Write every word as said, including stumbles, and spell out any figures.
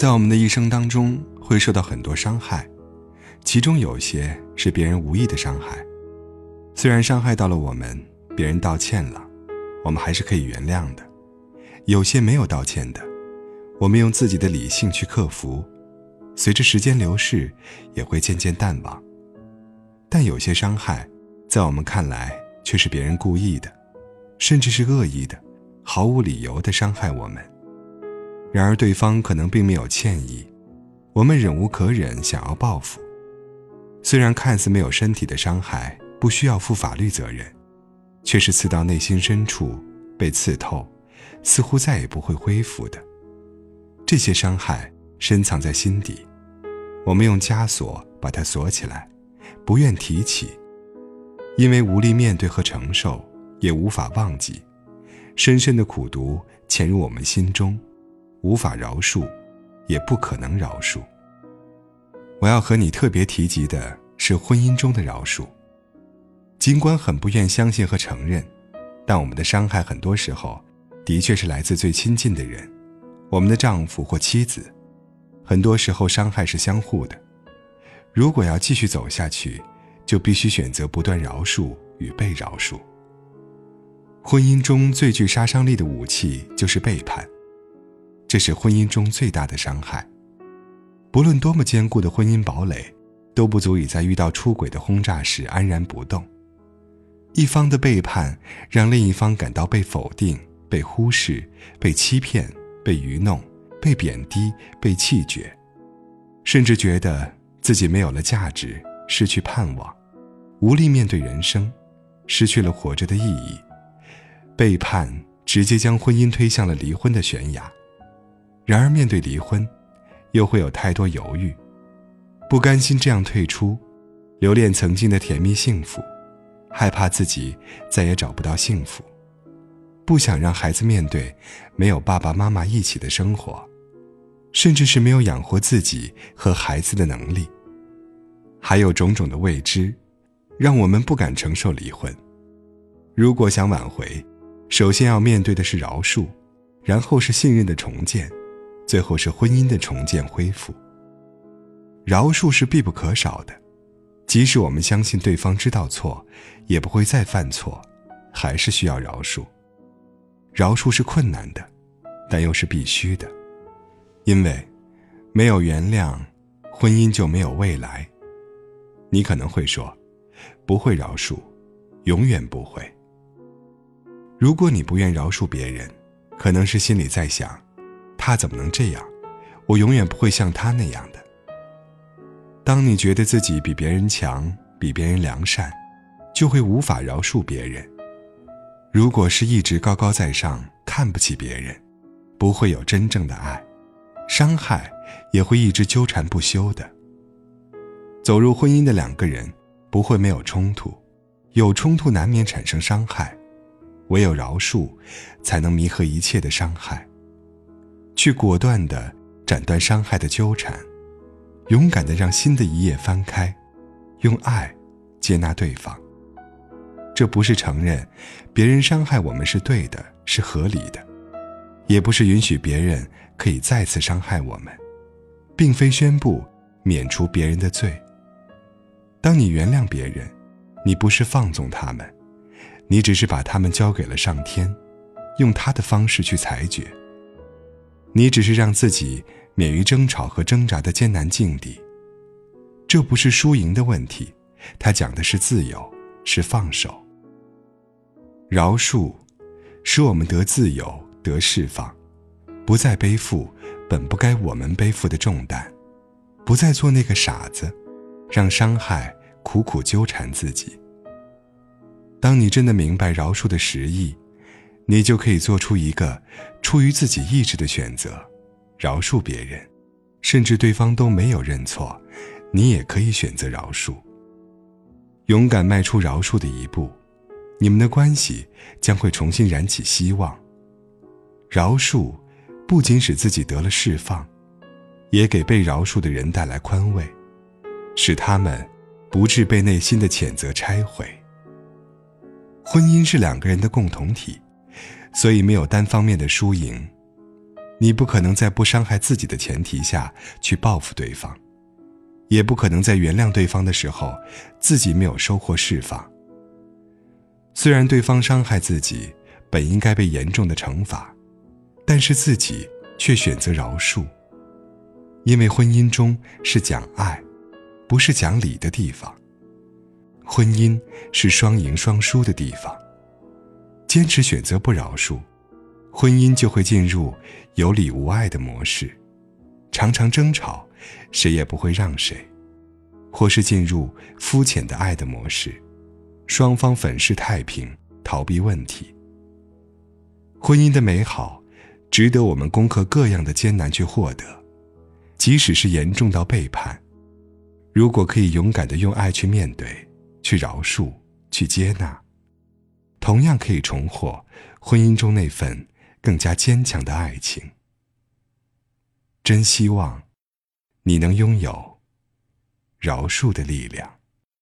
在我们的一生当中会受到很多伤害，其中有些是别人无意的伤害。虽然伤害到了我们，别人道歉了，我们还是可以原谅的。有些没有道歉的，我们用自己的理性去克服，随着时间流逝也会渐渐淡忘。但有些伤害在我们看来却是别人故意的，甚至是恶意的，毫无理由地伤害我们。然而对方可能并没有歉意，我们忍无可忍，想要报复。虽然看似没有身体的伤害，不需要负法律责任，却是刺到内心深处，被刺透，似乎再也不会恢复的。这些伤害深藏在心底，我们用枷锁把它锁起来，不愿提起，因为无力面对和承受，也无法忘记，深深的苦毒潜入我们心中，无法饶恕，也不可能饶恕。我要和你特别提及的是婚姻中的饶恕。尽管很不愿相信和承认，但我们的伤害很多时候的确是来自最亲近的人，我们的丈夫或妻子。很多时候伤害是相互的，如果要继续走下去，就必须选择不断饶恕与被饶恕。婚姻中最具杀伤力的武器就是背叛，这是婚姻中最大的伤害。不论多么坚固的婚姻堡垒，都不足以在遇到出轨的轰炸时安然不动。一方的背叛让另一方感到被否定、被忽视、被欺骗、被愚弄、被贬低、被弃绝，甚至觉得自己没有了价值，失去盼望，无力面对人生，失去了活着的意义。背叛直接将婚姻推向了离婚的悬崖。然而面对离婚，又会有太多犹豫，不甘心这样退出，留恋曾经的甜蜜幸福，害怕自己再也找不到幸福，不想让孩子面对没有爸爸妈妈一起的生活，甚至是没有养活自己和孩子的能力。还有种种的未知，让我们不敢承受离婚。如果想挽回，首先要面对的是饶恕，然后是信任的重建，最后是婚姻的重建恢复。饶恕是必不可少的，即使我们相信对方知道错，也不会再犯错，还是需要饶恕。饶恕是困难的，但又是必须的，因为没有原谅，婚姻就没有未来。你可能会说，不会饶恕，永远不会。如果你不愿饶恕别人，可能是心里在想，他怎么能这样，我永远不会像他那样的。当你觉得自己比别人强，比别人良善，就会无法饶恕别人。如果是一直高高在上，看不起别人，不会有真正的爱，伤害也会一直纠缠不休的。走入婚姻的两个人不会没有冲突，有冲突难免产生伤害，唯有饶恕才能弥合一切的伤害，去果断地斩断伤害的纠缠，勇敢地让新的一页翻开，用爱接纳对方。这不是承认别人伤害我们是对的，是合理的，也不是允许别人可以再次伤害我们，并非宣布免除别人的罪。当你原谅别人，你不是放纵他们，你只是把他们交给了上天，用他的方式去裁决。你只是让自己免于争吵和挣扎的艰难境地。这不是输赢的问题，它讲的是自由，是放手。饶恕使我们得自由，得释放，不再背负本不该我们背负的重担，不再做那个傻子，让伤害苦苦纠缠自己。当你真的明白饶恕的实意，你就可以做出一个出于自己意志的选择，饶恕别人，甚至对方都没有认错，你也可以选择饶恕。勇敢迈出饶恕的一步，你们的关系将会重新燃起希望。饶恕不仅使自己得了释放，也给被饶恕的人带来宽慰，使他们不致被内心的谴责拆毁。婚姻是两个人的共同体，所以没有单方面的输赢。 你不可能在不伤害自己的前提下去报复对方，也不可能在原谅对方的时候自己没有收获释放。虽然对方伤害自己本应该被严重的惩罚，但是自己却选择饶恕。因为婚姻中是讲爱，不是讲理的地方。婚姻是双赢双输的地方。坚持选择不饶恕，婚姻就会进入有理无爱的模式，常常争吵，谁也不会让谁，或是进入肤浅的爱的模式，双方粉饰太平，逃避问题。婚姻的美好值得我们攻克各样的艰难去获得，即使是严重到背叛，如果可以勇敢地用爱去面对，去饶恕，去接纳，同样可以重获婚姻中那份更加坚强的爱情。真希望你能拥有饶恕的力量。